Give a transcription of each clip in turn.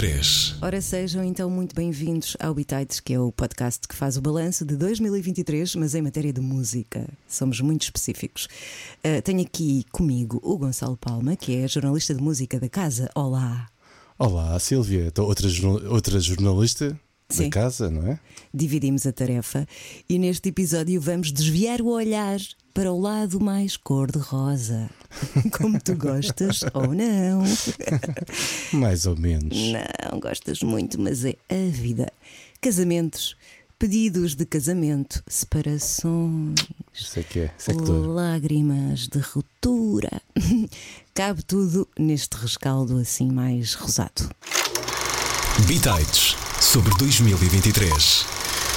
2023. Ora, sejam então muito bem-vindos ao Bitites, que é o podcast que faz o balanço de 2023, mas em matéria de música. Somos muito específicos. Tenho aqui comigo o Gonçalo Palma, que é jornalista de música da casa. Olá! Olá, Sílvia. Então, outra jornalista Sim. da casa, não é? Dividimos a tarefa e neste episódio vamos desviar o olhar para o lado mais cor-de-rosa. Como tu gostas ou não. Mais ou menos. Não, gostas muito, mas é a vida. Casamentos, pedidos de casamento, separações, Isso é que é. Isso é que dói. lágrimas de ruptura. Cabe tudo neste rescaldo assim mais rosado. Bitites sobre 2023.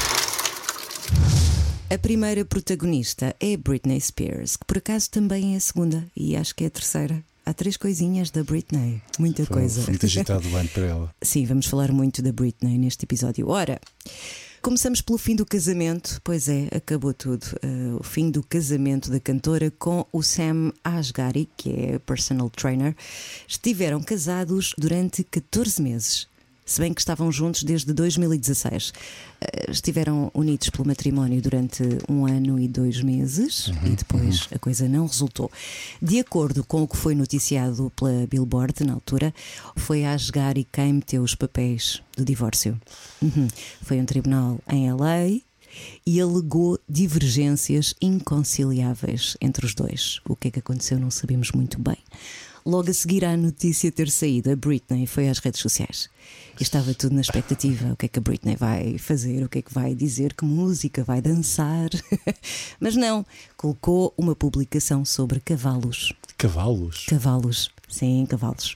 A primeira protagonista é Britney Spears, que por acaso também é a segunda e acho que é a terceira. Há 3 coisinhas da Britney, muita coisa. Foi muito agitado o ano para ela. Sim, vamos falar muito da Britney neste episódio. Ora, começamos pelo fim do casamento. Pois é, acabou tudo. O fim do casamento da cantora com o Sam Asghari, que é personal trainer. Estiveram casados durante 14 meses. Se bem que estavam juntos desde 2016. Estiveram unidos pelo matrimónio durante 1 ano e 2 meses e depois a coisa não resultou. De acordo com o que foi noticiado pela Billboard na altura, foi a Asghari quem meteu os papéis do divórcio. Foi um tribunal em LA e alegou divergências inconciliáveis entre os dois. O que é que aconteceu não sabemos muito bem. Logo a seguir à notícia ter saído, a Britney foi às redes sociais e estava tudo na expectativa. O que é que a Britney vai fazer? O que é que vai dizer? Que música? Vai dançar? Mas não, colocou uma publicação sobre cavalos. Cavalos? Cavalos, sim, cavalos.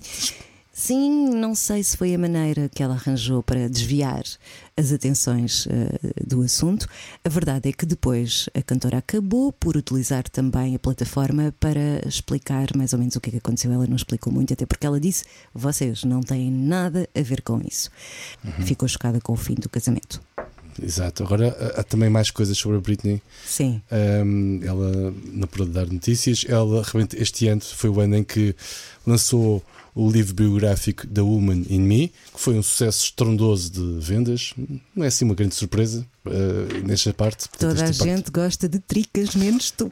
Sim, não sei se foi a maneira que ela arranjou para desviar as atenções do assunto. A verdade é que depois a cantora acabou por utilizar também a plataforma para explicar mais ou menos o que é que aconteceu. Ela não explicou muito, até porque ela disse: vocês não têm nada a ver com isso. Ficou chocada com o fim do casamento. Exato. Agora há também mais coisas sobre a Britney. Sim. Ela não pôde dar notícias. Ela realmente este ano foi o ano em que lançou o livro biográfico The Woman in Me, que foi um sucesso estrondoso de vendas. Não é assim uma grande surpresa nesta parte. Toda a gente gosta de tricas, menos tu.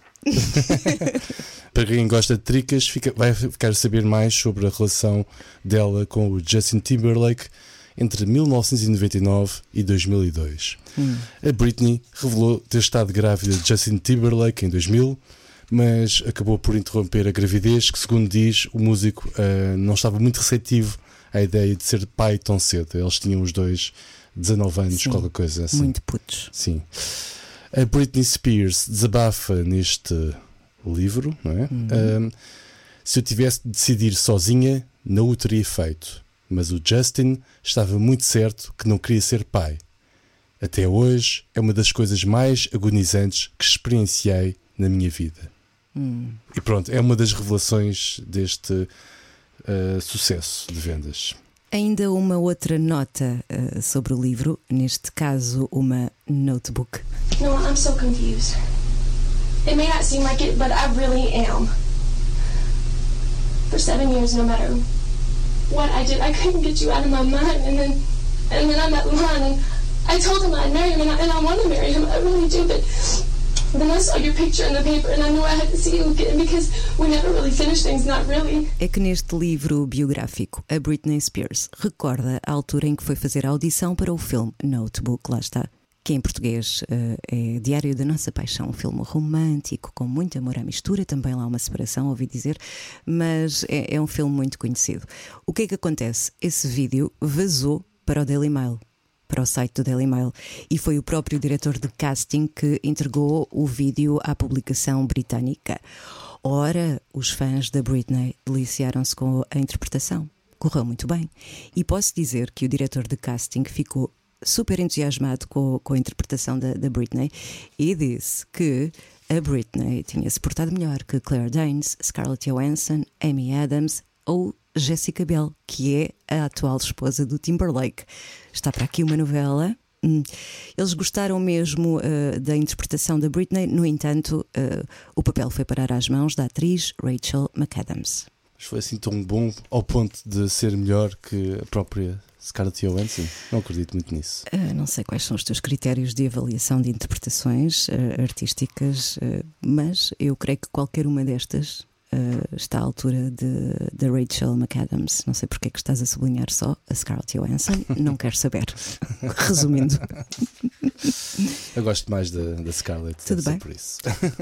Para quem gosta de tricas, vai ficar a saber mais sobre a relação dela com o Justin Timberlake entre 1999 e 2002. A Britney revelou ter estado grávida de Justin Timberlake em 2000, mas acabou por interromper a gravidez, que segundo diz o músico não estava muito receptivo à ideia de ser pai tão cedo. Eles tinham os dois 19 anos, sim, qualquer coisa assim. Muito putos. Sim. A Britney Spears desabafa neste livro, não é? Se eu tivesse de decidir sozinha, não o teria feito, mas o Justin estava muito certo que não queria ser pai. Até hoje é uma das coisas mais agonizantes que experienciei na minha vida. E pronto, é uma das revelações deste sucesso de vendas. Ainda uma outra nota sobre o livro, neste caso uma notebook. No, I'm so confused. It may not seem like it, but I really am. For 7 years, no matter what I did, I couldn't get you out of my mind. And then I met Lon, and I told him I'd marry him, and I want to marry him. I really do, but then I saw your picture in the paper, and I knew I had to see you again because we never really finished things, not really. É que neste livro biográfico, a Britney Spears recorda a altura em que foi fazer a audição para o filme Notebook, lá está, que em português é Diário da Nossa Paixão, um filme romântico com muito amor à mistura, também lá há uma separação, ouvi dizer, mas é um filme muito conhecido. O que é que acontece? Esse vídeo vazou para o Daily Mail, para o site do Daily Mail, e foi o próprio diretor de casting que entregou o vídeo à publicação britânica. Ora, os fãs da Britney deliciaram-se com a interpretação. Correu muito bem. E posso dizer que o diretor de casting ficou super entusiasmado com a interpretação da Britney e disse que a Britney tinha se portado melhor que Claire Danes, Scarlett Johansson, Amy Adams ou Jessica Biel, que é a atual esposa do Timberlake. Está para aqui uma novela. Eles gostaram mesmo da interpretação da Britney. No entanto, o papel foi parar às mãos da atriz Rachel McAdams. foi assim tão bom ao ponto de ser melhor que a própria Scarlett Johansson. Não acredito muito nisso. Não sei quais são os teus critérios de avaliação de interpretações artísticas, mas eu creio que qualquer uma destas está à altura de Rachel McAdams. Não sei porque é que estás a sublinhar só a Scarlett Johansson, não quero saber. Resumindo, eu gosto mais da Scarlett. Tudo bem. Por isso.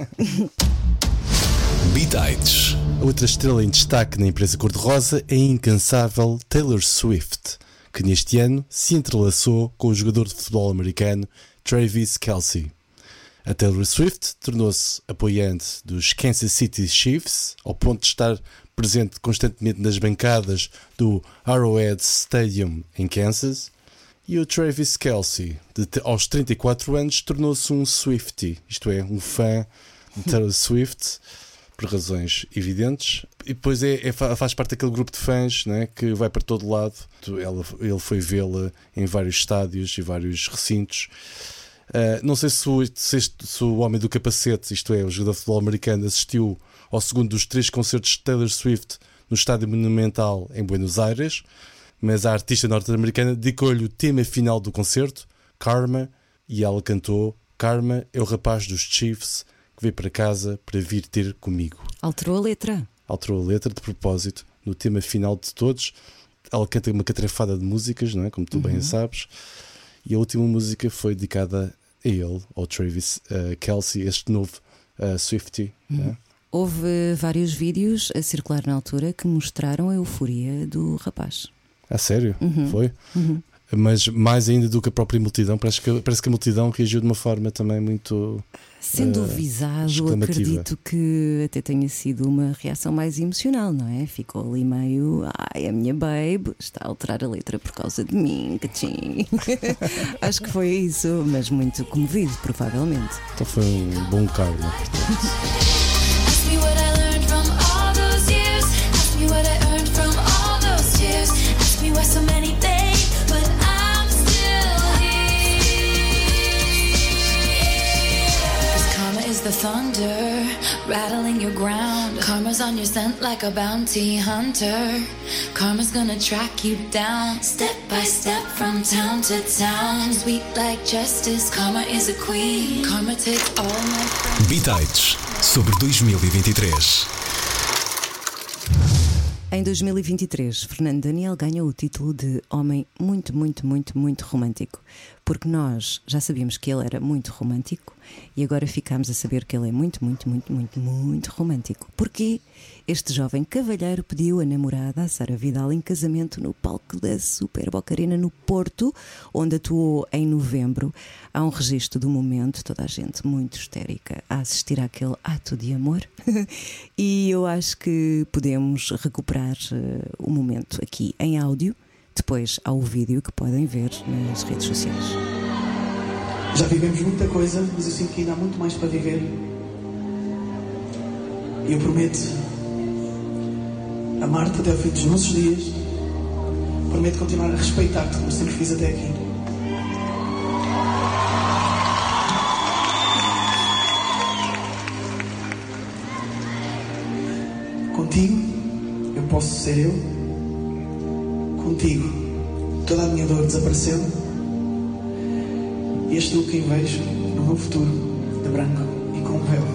Bitites. A outra estrela em destaque na empresa cor-de-rosa é a incansável Taylor Swift, que neste ano se entrelaçou com o jogador de futebol americano Travis Kelce. A Taylor Swift tornou-se apoiante dos Kansas City Chiefs, ao ponto de estar presente constantemente nas bancadas do Arrowhead Stadium em Kansas. E o Travis Kelce, aos 34 anos, tornou-se um Swiftie, isto é, um fã de Taylor Swift, por razões evidentes. E depois faz parte daquele grupo de fãs, né, que vai para todo lado. Ele foi vê-la em vários estádios e vários recintos. Não sei se o homem do capacete, isto é, o jogador de futebol americano, assistiu ao segundo dos 3 concertos de Taylor Swift no Estádio Monumental em Buenos Aires, mas a artista norte-americana dedicou-lhe o tema final do concerto, Karma, e ela cantou: Karma é o rapaz dos Chiefs que veio para casa para vir ter comigo. Alterou a letra. Alterou a letra de propósito no tema final de todos. Ela canta uma catrafada de músicas, não é? Como tu bem sabes. E a última música foi dedicada a ele, ao Travis Kelce, este novo Swiftie. Houve vários vídeos a circular na altura que mostraram a euforia do rapaz. A sério? Foi? Mas mais ainda do que a própria multidão, parece que a multidão reagiu de uma forma também muito... Sendo visado, acredito que até tenha sido uma reação mais emocional, não é? Ficou ali meio: ai, a minha babe está a alterar a letra por causa de mim, cachim. Acho que foi isso, mas muito comovido, provavelmente. Então foi um bom karma, portanto. The thunder rattling your ground. Karma's on your scent like a bounty hunter. Karma's gonna track you down, step by step from town to town. Sweet like justice, karma is a queen. Karma takes all my... Bitites sobre 2023. Em 2023, Fernando Daniel ganhou o título de homem muito, muito, muito, muito romântico. Porque nós já sabíamos que ele era muito romântico e agora ficámos a saber que ele é muito, muito, muito, muito, muito romântico. Porquê? Este jovem cavalheiro pediu a namorada, a Sara Vidal, em casamento no palco da Super Boca Arena no Porto, onde atuou em novembro. Há um registro do momento, toda a gente muito histérica a assistir àquele ato de amor. E eu acho que podemos recuperar o momento aqui em áudio. Depois há o vídeo que podem ver nas redes sociais. Já vivemos muita coisa, mas eu sinto que ainda há muito mais para viver. E eu prometo amar-te até ao fim dos nossos dias. Prometo continuar a respeitar-te como sempre fiz até aqui. Contigo eu posso ser eu. Contigo toda a minha dor desapareceu. E és tu quem vejo no meu futuro, de branco e com um véu.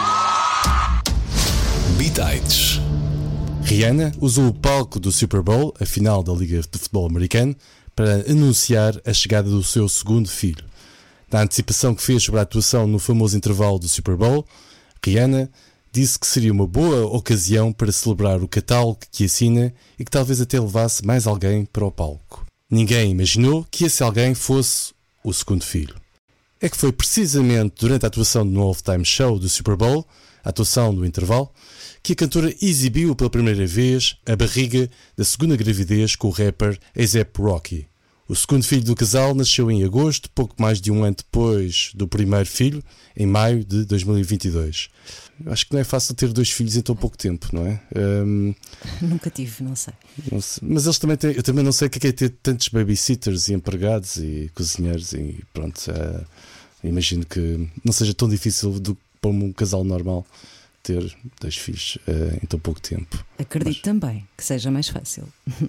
Bitites. Rihanna usou o palco do Super Bowl, a final da Liga de Futebol Americano, para anunciar a chegada do seu segundo filho. Na antecipação que fez sobre a atuação no famoso intervalo do Super Bowl, Rihanna disse que seria uma boa ocasião para celebrar o catálogo que assina e que talvez até levasse mais alguém para o palco. Ninguém imaginou que esse alguém fosse o segundo filho. É que foi precisamente durante a atuação no halftime show do Super Bowl, a atuação no intervalo, que a cantora exibiu pela primeira vez a barriga da segunda gravidez com o rapper A$AP Rocky. O segundo filho do casal nasceu em agosto, pouco mais de um ano depois do primeiro filho, em maio de 2022. Acho que não é fácil ter 2 filhos em tão pouco tempo, não é? Nunca tive, não sei. Mas eles também têm, eu também não sei o que é ter tantos babysitters e empregados e cozinheiros e pronto. Imagino que não seja tão difícil para um casal normal ter 2 filhos em tão pouco tempo. Acredito também que seja mais fácil.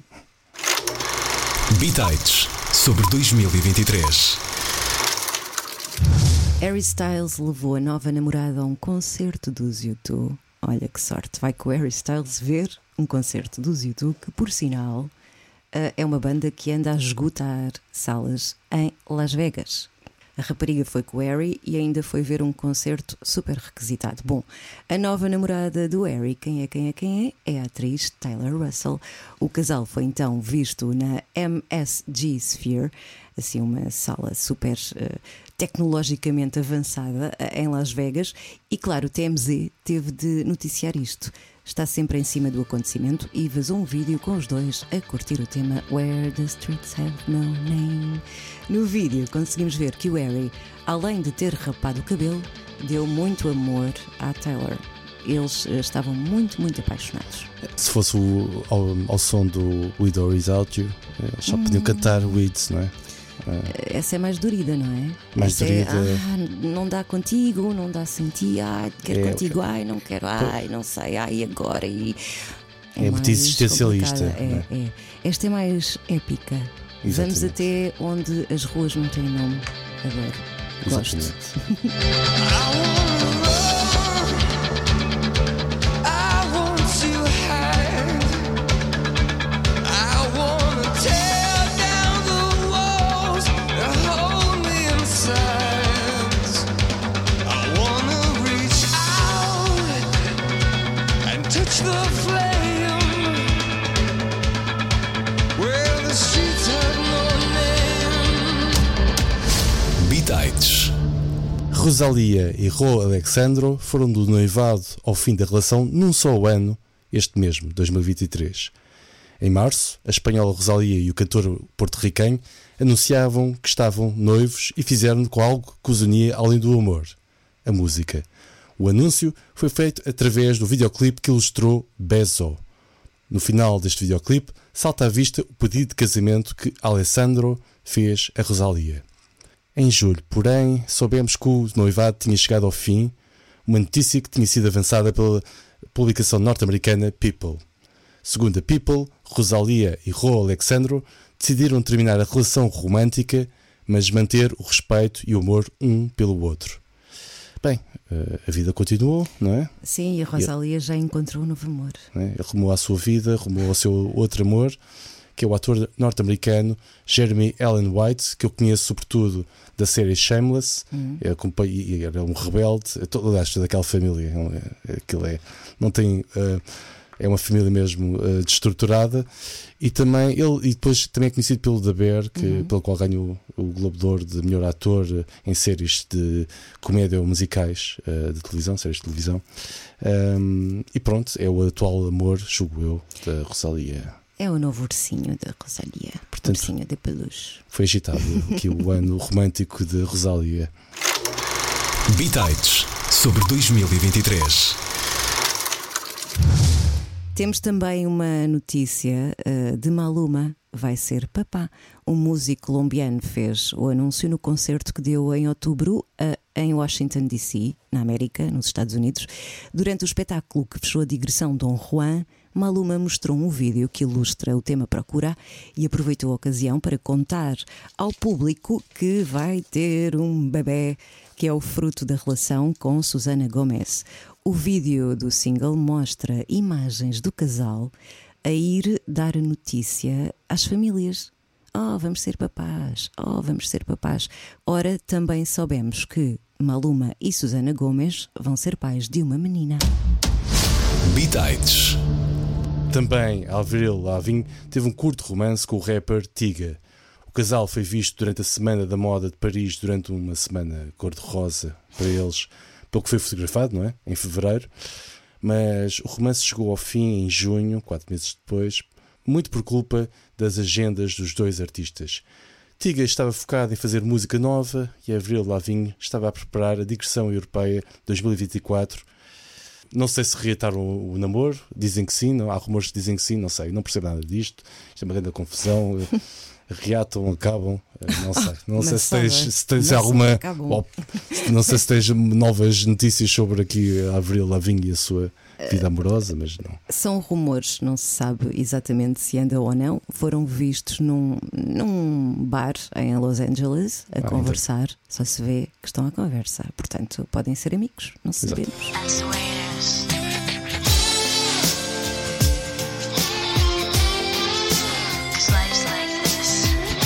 Bitites sobre 2023. Harry Styles levou a nova namorada a um concerto dos U2. Olha que sorte, vai com o Harry Styles ver um concerto dos U2, que por sinal é uma banda que anda a esgotar salas em Las Vegas. A rapariga foi com o Harry e ainda foi ver um concerto super requisitado. Bom, a nova namorada do Harry, quem é? É a atriz Taylor Russell. O casal foi então visto na MSG Sphere, assim uma sala super tecnologicamente avançada em Las Vegas. E claro, o TMZ teve de noticiar isto. Está sempre em cima do acontecimento e vazou um vídeo com os dois a curtir o tema Where the Streets Have No Name. No vídeo conseguimos ver que o Harry, além de ter rapado o cabelo, deu muito amor à Taylor. Eles estavam muito, muito apaixonados. Se fosse ao som do We Door Is Out You, só podiam cantar Weeds, não é? Essa é mais dorida, não é? Mais essa dorida. Não dá contigo, não dá sem ti, quero contigo, não quero, não sei, agora. É muito existencialista. É. Esta é mais épica. Exatamente. Vamos até onde as ruas não têm nome. Adoro. Gosto. Bitites. Rosalia e Ro Alexandro foram do noivado ao fim da relação num só ano, este mesmo, 2023. Em março, a espanhola Rosalia e o cantor porto-riquenho anunciavam que estavam noivos e fizeram com algo que os unia além do amor, a música. O anúncio foi feito através do videoclipe que ilustrou Beso. No final deste videoclipe, salta à vista o pedido de casamento que Alessandro fez a Rosalia. Em julho, porém, soubemos que o noivado tinha chegado ao fim, uma notícia que tinha sido avançada pela publicação norte-americana People. Segundo a People, Rosalia e Ro Alexandro decidiram terminar a relação romântica, mas manter o respeito e o amor um pelo outro. Bem, a vida continuou, não é? Sim, e a Rosalia já encontrou um novo amor. Ele rumou à sua vida, rumou ao seu outro amor, que é o ator norte-americano Jeremy Allen White, que eu conheço sobretudo da série Shameless. Era um rebelde, aliás, daquela família. É uma família mesmo destruturada. E também depois também é conhecido pelo The Bear, pelo qual ganhou o Globo de Ouro de melhor ator em séries de comédia ou musicais de televisão, séries de televisão. E pronto, é o atual amor, julgo eu, da Rosalia. É o novo ursinho da Rosalia. Portanto, ursinho de peluche. Foi agitado aqui o ano romântico de Rosalia. Bitites sobre 2023. Temos também uma notícia de Maluma. Vai ser papá. O músico colombiano fez o anúncio no concerto que deu em outubro em Washington, D.C., na América, nos Estados Unidos. Durante o espetáculo que fechou a digressão Dom Juan, Maluma mostrou um vídeo que ilustra o tema Procura e aproveitou a ocasião para contar ao público que vai ter um bebê, que é o fruto da relação com Susana Gomez. O vídeo do single mostra imagens do casal a ir dar a notícia às famílias. Vamos ser papás, vamos ser papás. Ora, também soubemos que Maluma e Susana Gomez vão ser pais de uma menina. Bitites. Também Avril Lavigne teve um curto romance com o rapper Tyga. O casal foi visto durante a Semana da Moda de Paris, durante uma semana cor-de-rosa para eles, pelo que foi fotografado, não é? Em fevereiro. Mas o romance chegou ao fim em junho, 4 meses depois, muito por culpa das agendas dos dois artistas. Tyga estava focado em fazer música nova e Avril Lavigne estava a preparar a digressão europeia 2024. Não sei se reataram o namoro, dizem que sim, não, há rumores que dizem que sim, não sei, não percebo nada disto. Isto é uma grande confusão. reatam, acabam. Não sei. Não sei se tens Não alguma. acabam. Não sei se tens novas notícias sobre aqui a Avril Lavigne e a sua vida amorosa, mas não. São rumores, não se sabe exatamente se anda ou não. Foram vistos num bar em Los Angeles a conversar. Só se vê que estão a conversar. Portanto, podem ser amigos, não sabemos. That's the way it is. Life's like this.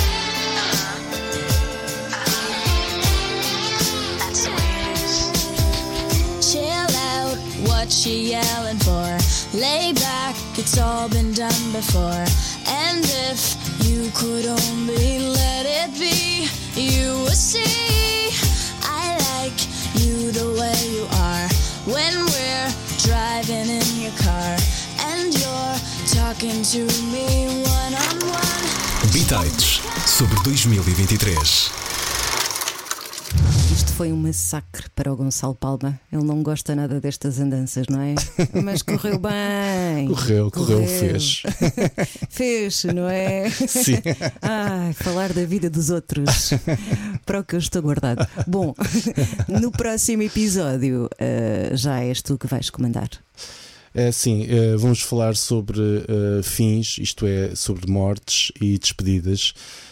That's the way it is. Chill out, what you yelling for? Lay back, it's all been done before. And if you could only let it be, you would see I like you the way you are. When we're driving in your car and you're talking to me one-on-one. Bitites sobre 2023. Isto foi um massacre para o Gonçalo Palma. Ele não gosta nada destas andanças, não é? Mas correu bem. Correu, fez. Fez, não é? Sim. Ai, falar da vida dos outros. Para o que eu estou guardado. Bom, no próximo episódio já és tu que vais comandar. Sim, vamos falar sobre fins, isto é, sobre mortes e despedidas.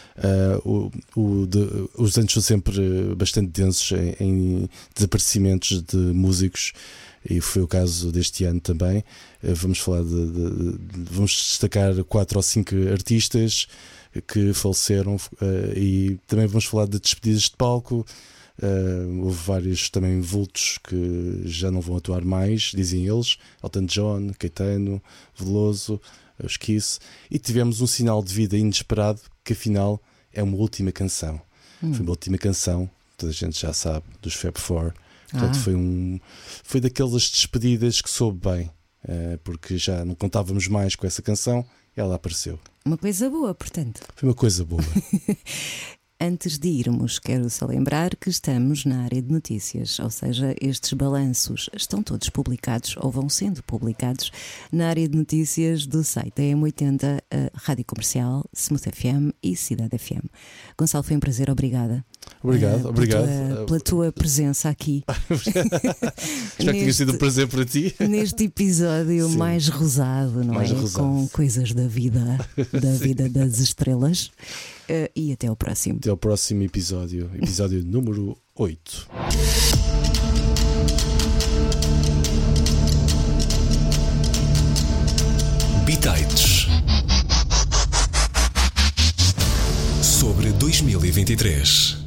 Os anos são sempre bastante densos em desaparecimentos de músicos, e foi o caso deste ano também. Vamos falar vamos destacar 4 ou 5 artistas que faleceram, e também vamos falar de despedidas de palco. Houve vários também vultos que já não vão atuar mais, dizem eles: Elton John, Caetano, Veloso, os Kiss. E tivemos um sinal de vida inesperado, que afinal é uma última canção. Foi uma última canção, toda a gente já sabe, dos Fab Four. Portanto, foi daquelas despedidas que soube bem, porque já não contávamos mais com essa canção, e ela apareceu. Uma coisa boa, portanto. Foi uma coisa boa. Antes de irmos, quero só lembrar que estamos na área de notícias, ou seja, estes balanços estão todos publicados ou vão sendo publicados na área de notícias do site da M80, Rádio Comercial, Smooth FM e Cidade FM. Gonçalo, foi um prazer, obrigada. Obrigado. Pela tua presença aqui. Espero que tenha sido um prazer para ti. Neste episódio mais rosado, não mais é? Rosado. Com coisas da vida das estrelas. E até ao próximo. Até ao próximo episódio número 8. Bitites sobre 2023.